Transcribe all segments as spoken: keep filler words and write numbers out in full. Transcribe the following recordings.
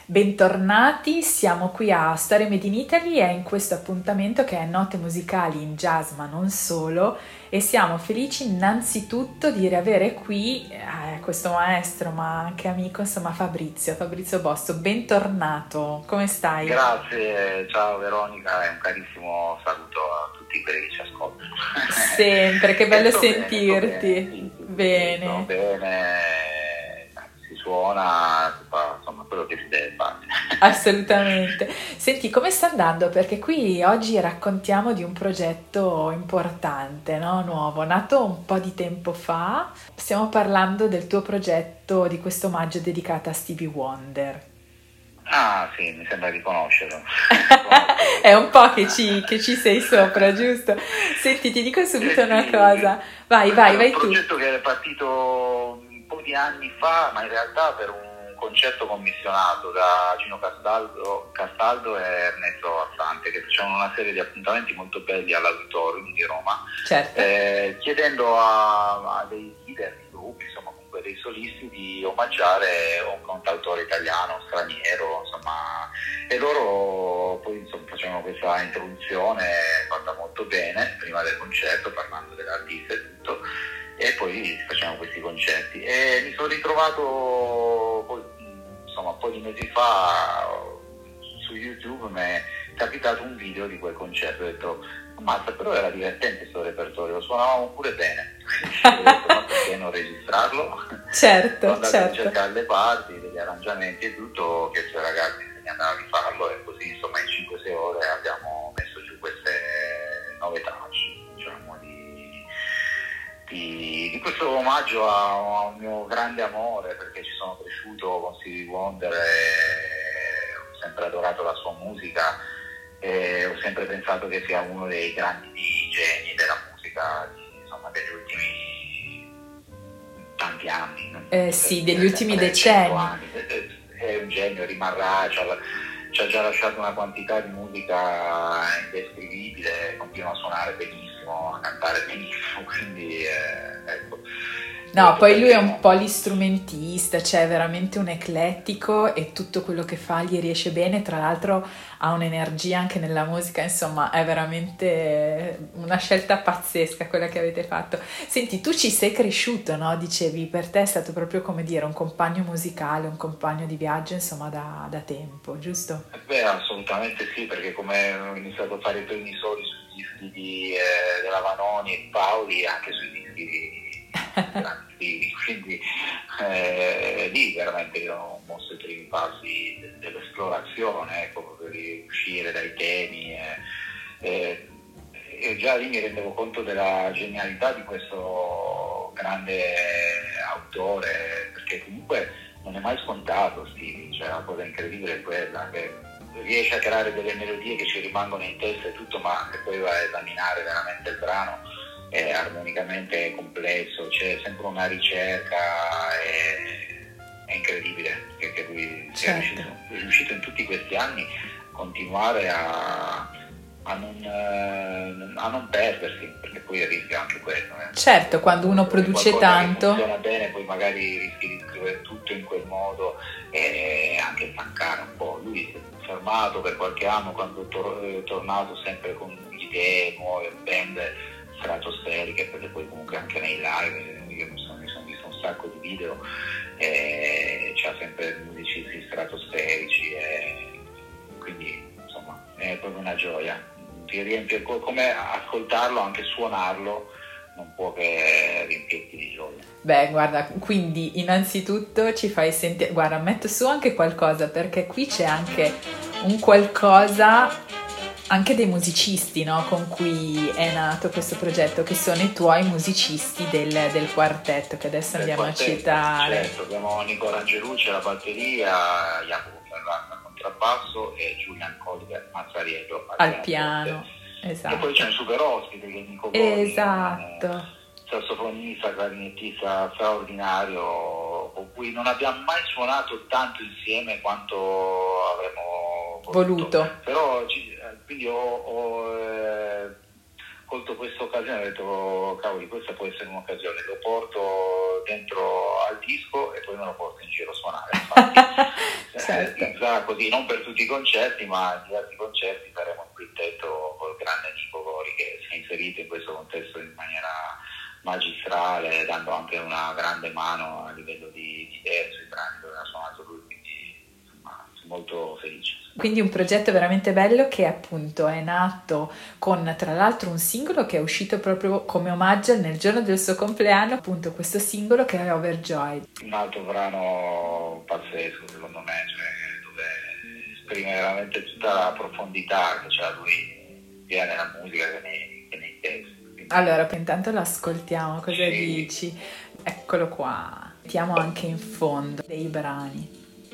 Bentornati, siamo qui a Storie Made in Italy e in questo appuntamento che è Note musicali in jazz ma non solo, e siamo felici innanzitutto di riavere qui eh, questo maestro ma anche amico, insomma Fabrizio, Fabrizio Bosso. Bentornato, come stai? Grazie, ciao Veronica e un carissimo saluto a tutti quelli che ci ascoltano. Sempre, che bello Sto sentirti. Bene, sì, sì, bene. sto bene, si suona, si fa, insomma, quello che si deve fare. Assolutamente. Senti, come sta andando? Perché qui oggi raccontiamo di un progetto importante, no? Nuovo, nato un po' di tempo fa. Stiamo parlando del tuo progetto di questo omaggio dedicato a Stevie Wonder. Ah sì, mi sembra di conoscerlo. È un po' che ci, che ci sei sopra, giusto? Senti, ti dico subito Eh, una sì, cosa. Vai, vai, vai È un tu. progetto che è partito un po' di anni fa, ma in realtà per un concerto commissionato da Gino Castaldo, Castaldo e Ernesto Assante, che facevano una serie di appuntamenti molto belli all'Auditorium di Roma, Certo. eh, chiedendo a, a dei leader di gruppi, insomma comunque dei solisti, di omaggiare un cantautore italiano, straniero, insomma, e loro poi insomma, facevano questa introduzione fatta molto bene prima del concerto, parlando dell'artista e tutto, e poi facevano questi concerti e mi sono ritrovato poi, insomma un po' di mesi fa su YouTube, mi è capitato un video di quel concerto, ho detto ammazza, però era divertente questo repertorio, lo suonavamo pure bene. Ho detto ma perché non registrarlo? Certo, Sono andato certo. a cercare le parti, degli arrangiamenti e tutto, che i ragazzi se ne andavano a rifarlo e così insomma in cinque sei ore abbiamo messo giù queste nove tracce, diciamo, di, di, di questo omaggio a, a un mio grande amore, perché ci sono cresciuto con Stevie Wonder e ho sempre adorato la sua musica e ho sempre pensato che sia uno dei grandi geni della musica, insomma, degli ultimi tanti anni. Eh, sì, degli ultimi decenni. Anni. È un genio, rimarrà, ci ha, ci ha già lasciato una quantità di musica indescrivibile, continua a suonare benissimo, a cantare benissimo, quindi eh, ecco. No, poi lui è un polistrumentista, cioè è veramente un eclettico e tutto quello che fa gli riesce bene, tra l'altro ha un'energia anche nella musica, insomma è veramente una scelta pazzesca quella che avete fatto. Senti, tu ci sei cresciuto, no? Dicevi, per te è stato proprio come dire un compagno musicale, un compagno di viaggio, insomma da, da tempo, giusto? Beh, assolutamente sì, perché come ho iniziato a fare i primi soli sui dischi di, eh, della Vanoni e Paoli, anche sui dischi di grandi, quindi eh, lì veramente io ho mosso i primi passi de- dell'esplorazione, ecco, proprio di uscire dai temi e, e, e già lì mi rendevo conto della genialità di questo grande autore, perché comunque non è mai scontato Stevie, cioè la cosa incredibile è quella che riesce a creare delle melodie che ci rimangono in testa e tutto, ma che poi va a esaminare veramente il brano è armonicamente complesso, c'è sempre una ricerca, è, è incredibile che, che lui sia Certo. riuscito, è riuscito in tutti questi anni a continuare a, a, non, a non perdersi, perché poi rischia anche quello. Eh. Certo, quando uno produce tanto. Funziona bene, poi magari rischi di scrivere tutto in quel modo e anche stancare un po'. Lui si è fermato per qualche anno, quando è tor- tornato sempre con idee nuove, band stratosferiche, perché poi comunque anche nei live io mi sono, mi sono visto un sacco di video e c'ha sempre musicisti stratosferici e quindi insomma è proprio una gioia, ti riempie come ascoltarlo, anche suonarlo non può che riempirti di gioia. Beh, guarda, quindi innanzitutto ci fai sentire, guarda, metto su anche qualcosa perché qui c'è anche un qualcosa anche dei musicisti, no, con cui è nato questo progetto, che sono i tuoi musicisti del, del quartetto, che adesso del andiamo quartetto, a citare. Certo, abbiamo Nicola Angelucci alla batteria, Jacopo Ferrata al contrabbasso e Giulian Collier Mazzariello al, al piano. Esatto. E poi c'è un super ospite che è Nico Goni, esatto. sassofonista, clarinettista straordinario, con cui non abbiamo mai suonato tanto insieme quanto avremmo voluto. voluto. Però quindi ho, ho eh, colto questa occasione e ho detto cavoli, questa può essere un'occasione, lo porto dentro al disco e poi me lo porto in giro a suonare. Infatti, certo. certo. eh, sarà così, non per tutti i concerti, ma in diversi concerti faremo un quintetto col grande Nico Gori, che si è inserito in questo contesto in maniera magistrale, dando anche una grande mano a livello di, di idee sui brani dove ha suonato lui, quindi insomma sono molto felice. Quindi un progetto veramente bello che appunto è nato con tra l'altro un singolo che è uscito proprio come omaggio nel giorno del suo compleanno, appunto questo singolo che è Overjoyed. Un altro brano pazzesco secondo me, cioè, dove esprime veramente tutta la profondità che c'ha lui sia nella musica che nei, che nei testi. Allora, intanto lo ascoltiamo, cosa Sì. dici? Eccolo qua, mettiamo anche in fondo dei brani.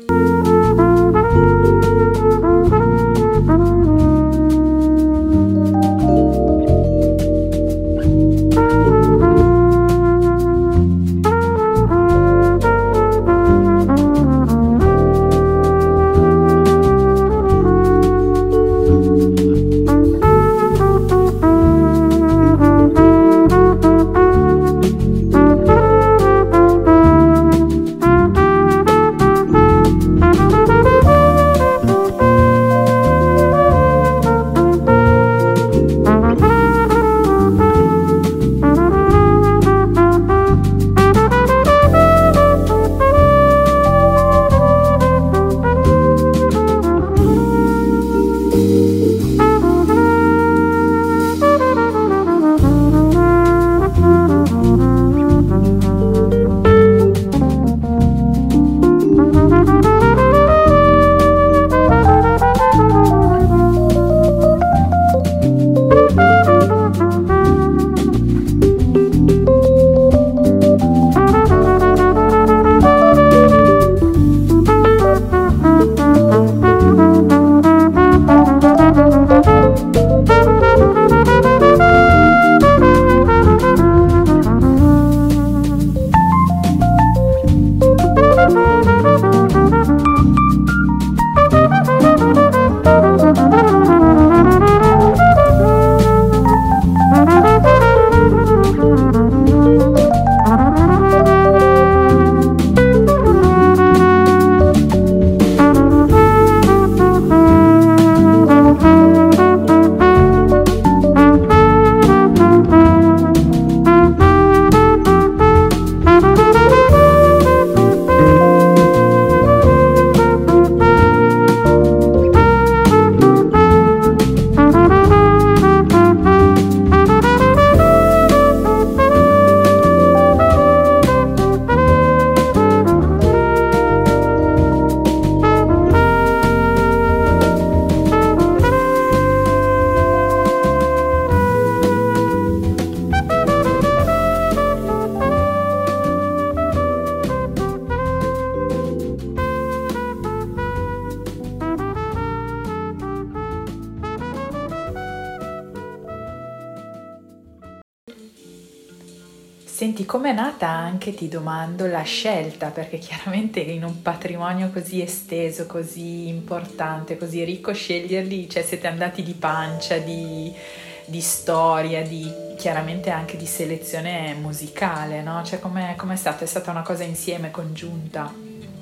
Senti, com'è nata anche, ti domando, la scelta, perché chiaramente in un patrimonio così esteso, così importante, così ricco, sceglierli, cioè siete andati di pancia, di, di storia, di chiaramente anche di selezione musicale, no? Cioè com'è, com'è stato? È stata una cosa insieme, congiunta?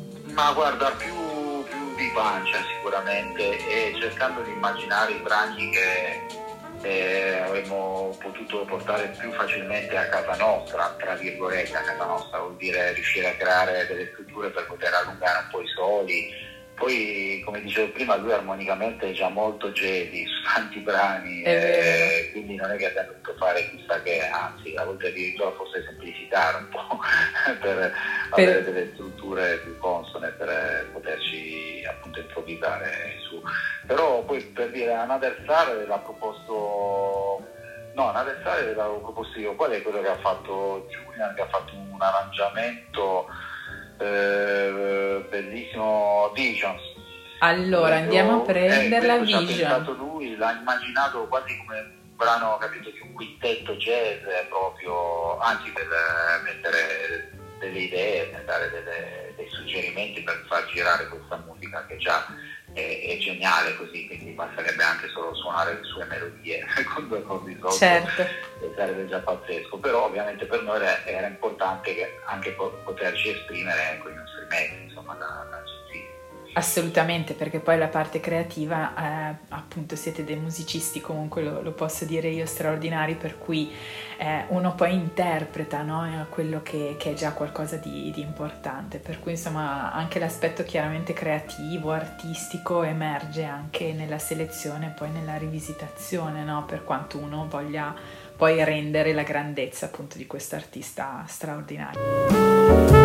Ma guarda, più, più di pancia sicuramente, e cercando di immaginare i brani che eh, avremmo potuto portare più facilmente a casa nostra, tra virgolette a casa nostra, vuol dire riuscire a creare delle strutture per poter allungare un po' i soli. Poi, come dicevo prima, lui armonicamente è già molto jazzy su tanti brani, eh, quindi non è che abbia dovuto fare chissà che, anzi a volte addirittura forse semplificare un po' per, per avere delle strutture più consone per poterci appunto improvvisare su. Però poi, per dire, Another Star l'ha proposto, no, Another Star l'avevo proposto io. Qual è quello che ha fatto Julian, che ha fatto un arrangiamento Eh, bellissimo, Visions. Allora Questo, andiamo a prenderla. eh, Vision. Ci ha pensato lui, l'ha immaginato quasi come un brano, capito, di un quintetto jazz proprio, anzi per mettere delle idee, per dare delle, dei suggerimenti per far girare questa musica che già è, è geniale così, quindi basterebbe anche solo suonare le sue melodie con due accordi sotto, certo, e sarebbe già pazzesco. Però ovviamente per noi era, era importante che anche po- poterci esprimere con i nostri mezzi, insomma, da, da jazzista. Assolutamente, perché poi la parte creativa, eh, appunto siete dei musicisti, comunque lo, lo posso dire io, straordinari, per cui eh, uno poi interpreta, no, quello che, che è già qualcosa di, di importante, per cui insomma anche l'aspetto chiaramente creativo, artistico emerge anche nella selezione e poi nella rivisitazione, no, per quanto uno voglia poi rendere la grandezza appunto di questo artista straordinario.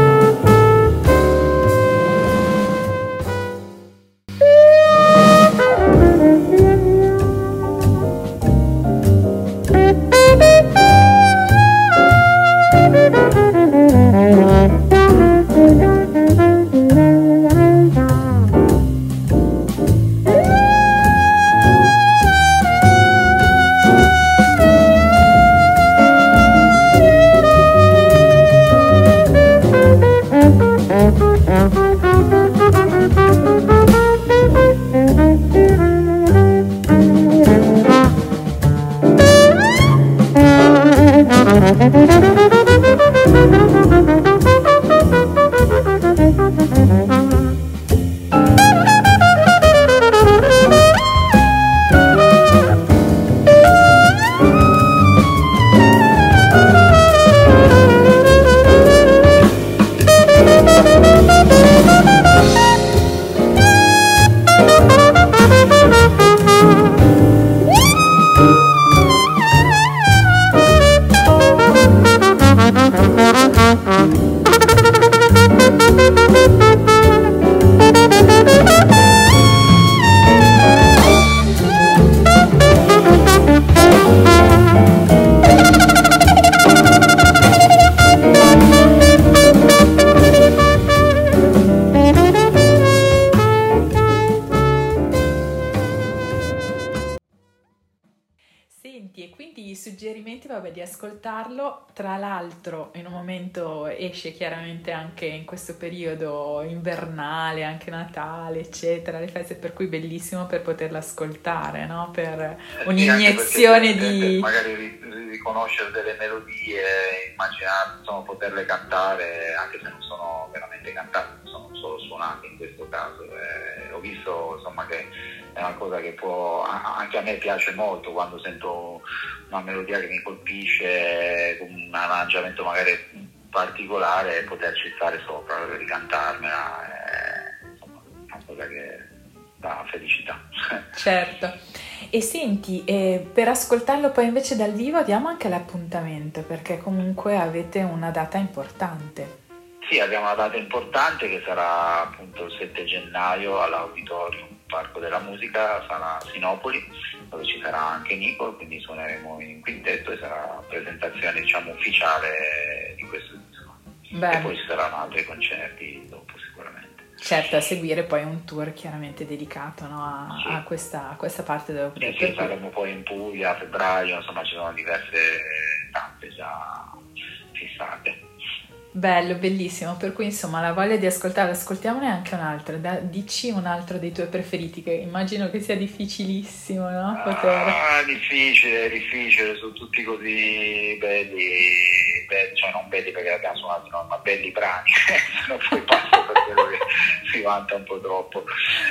Senti, e quindi i suggerimenti, vabbè, di ascoltarlo, tra l'altro in un momento esce chiaramente anche in questo periodo invernale, anche Natale, eccetera, le feste, per cui bellissimo per poterlo ascoltare, no? Per Eh sì, un'iniezione anche perché di... magari ri- riconoscere delle melodie, immaginare, insomma, poterle cantare, anche se non sono veramente cantate, sono solo suonate in questo caso. Eh, ho visto, insomma, che è una cosa che può, a- anche a me piace molto quando sento una melodia che mi colpisce, con un arrangiamento magari particolare, poterci stare sopra, ricantarmela, è, insomma, una cosa che dà felicità. Certo. E senti, eh, per ascoltarlo poi invece dal vivo diamo anche l'appuntamento, perché comunque avete una data importante. Sì, abbiamo una data importante che sarà appunto il sette gennaio all'Auditorium Parco della Musica, sarà a Sinopoli, dove ci sarà anche Nico, quindi suoneremo in quintetto e sarà la presentazione, diciamo, ufficiale di questo disco. Beh, E poi ci saranno altri concerti dopo sicuramente. certo, a seguire poi un tour chiaramente dedicato, no, a, Sì. a questa, a questa parte dove Sì, per sì, cui- saremo poi in Puglia a febbraio, insomma ci sono diverse tappe già fissate. Bello, bellissimo, per cui insomma la voglia di ascoltarlo, ascoltiamone anche un altro, da- dici un altro dei tuoi preferiti, che immagino che sia difficilissimo, no? Poter... Ah, difficile, difficile, sono tutti così belli, belli, cioè non belli perché abbiamo suonato, no, ma belli brani, se no poi passo per quello che si vanta un po' troppo.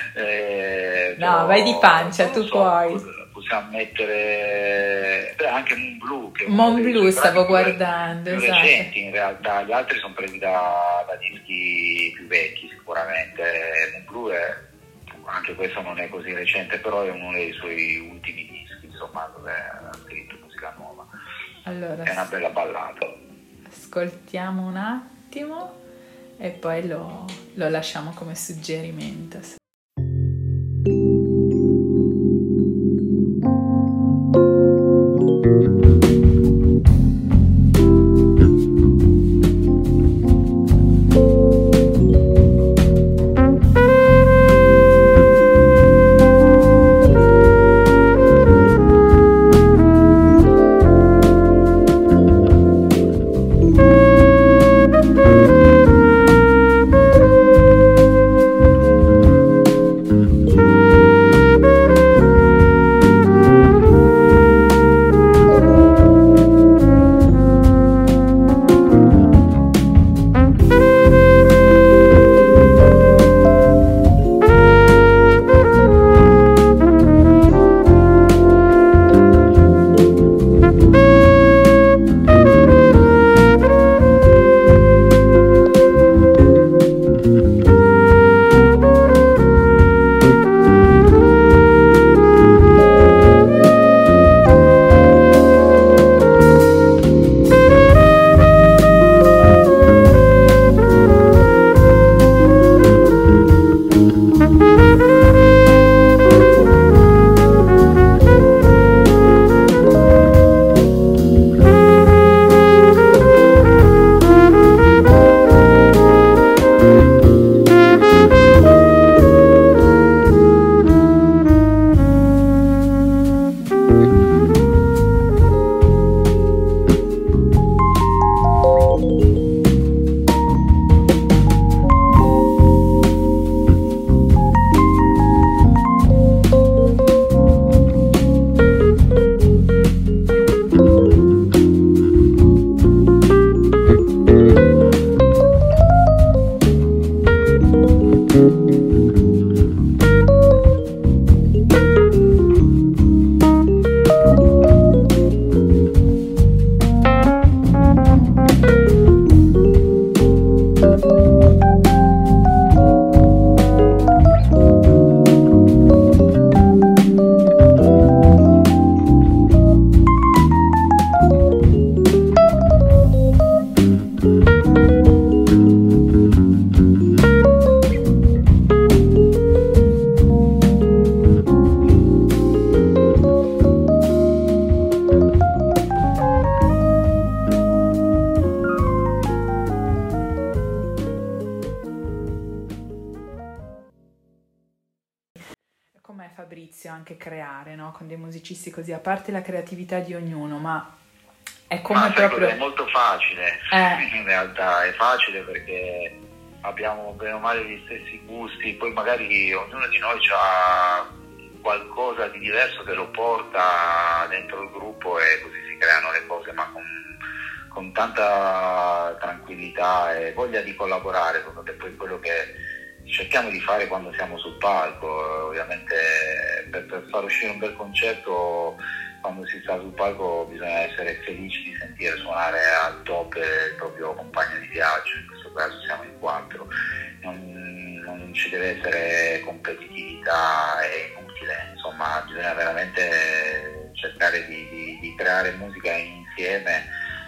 Eh, No, però, vai di pancia, non tu so, puoi. Possiamo mettere beh, anche Moon Blue, che è uno Mon dei Blue suoi stavo brani più- guardando, più esatto. recenti in realtà, gli altri sono presi da, da dischi più vecchi sicuramente. Moon Blue è, anche questo non è così recente, però è uno dei suoi ultimi dischi, insomma, dove ha scritto musica nuova. Allora, È una bella ballata. ascoltiamo un attimo e poi lo, lo lasciamo come suggerimento. com'è, Fabrizio, anche creare, no? Con dei musicisti così, a parte la creatività di ognuno, ma è come Ma sai proprio... cos'è? È molto facile, Eh. in realtà è facile perché abbiamo bene o male gli stessi gusti, poi magari ognuno di noi ha qualcosa di diverso che lo porta dentro il gruppo e così si creano le cose, ma con, con tanta tranquillità e voglia di collaborare, secondo te poi quello che cerchiamo di fare quando siamo sul palco. Ovviamente per, per far uscire un bel concerto, quando si sta sul palco bisogna essere felici di sentire suonare al top il proprio compagno di viaggio, in questo caso siamo in quattro, non, non ci deve essere competitività, è inutile, insomma bisogna veramente cercare di, di, di creare musica insieme,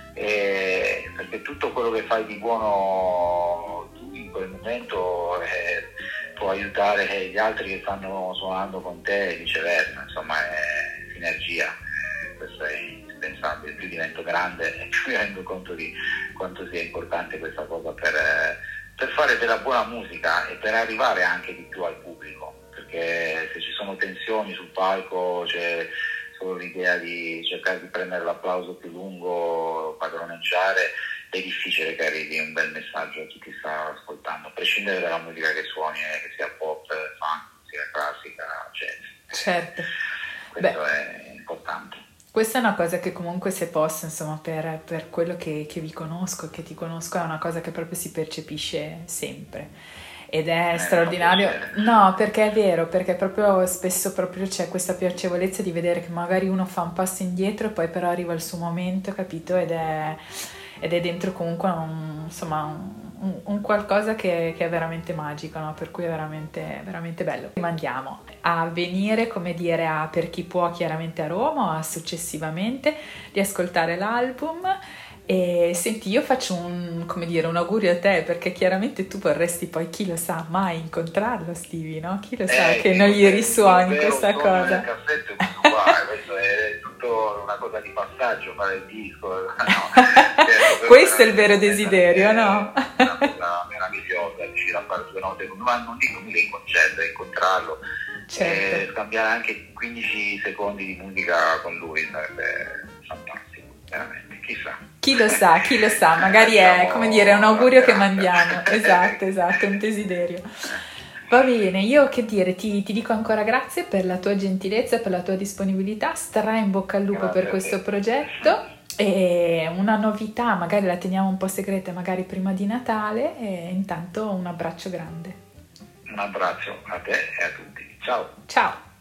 e, perché tutto quello che fai di buono tu in quel momento eh, può aiutare gli altri che stanno suonando con te e viceversa, insomma è sinergia. Questo è indispensabile, più divento grande e più mi rendo conto di quanto sia importante questa cosa per, per fare della buona musica e per arrivare anche di più al pubblico, perché se ci sono tensioni sul palco c'è solo l'idea di cercare di prendere l'applauso più lungo, padroneggiare, è difficile che arrivi un bel messaggio a chi ti sta ascoltando, a prescindere dalla musica che suoni, eh, che sia pop, funk, musica classica, jazz. Certo. Questo Beh, è importante. questa è una cosa che comunque, se posso, insomma, per, per quello che, che vi conosco, che ti conosco, è una cosa che proprio si percepisce sempre. Ed è Eh, straordinario. non No, perché è vero, perché proprio spesso proprio c'è questa piacevolezza di vedere che magari uno fa un passo indietro e poi però arriva il suo momento, capito? Ed è, ed è dentro comunque un, insomma, un, un- un qualcosa che, che è veramente magico, no? Per cui è veramente, veramente bello. Mandiamo a venire, come dire, a, per chi può, chiaramente a Roma, o a successivamente, di ascoltare l'album. E senti, io faccio un, come dire, un augurio a te, perché chiaramente tu vorresti poi, chi lo sa, mai incontrarlo, Stevie, no? Chi lo sa Eh, che sì, non gli questo è risuoni il vero questa sogno cosa. del cassetto è questo qua, eh, questo è tutto una cosa di passaggio, fare il disco. No, certo, Questo è il una- vero desiderio, è no? una cosa meravigliosa, riuscire a fare due note, ma non dico mica in concerto, è incontrarlo, Certo. e scambiare anche quindici secondi di musica con lui sarebbe fantastico, veramente, chissà. Chi lo sa, chi lo sa, magari è, come dire, un augurio che mandiamo. Esatto, esatto, un desiderio. Va bene, io che dire, ti, ti dico ancora grazie per la tua gentilezza, per la tua disponibilità, stra in bocca al lupo Grazie per a questo te. progetto, e una novità, magari la teniamo un po' segreta, magari prima di Natale, e intanto un abbraccio grande. Un abbraccio a te e a tutti, ciao. Ciao!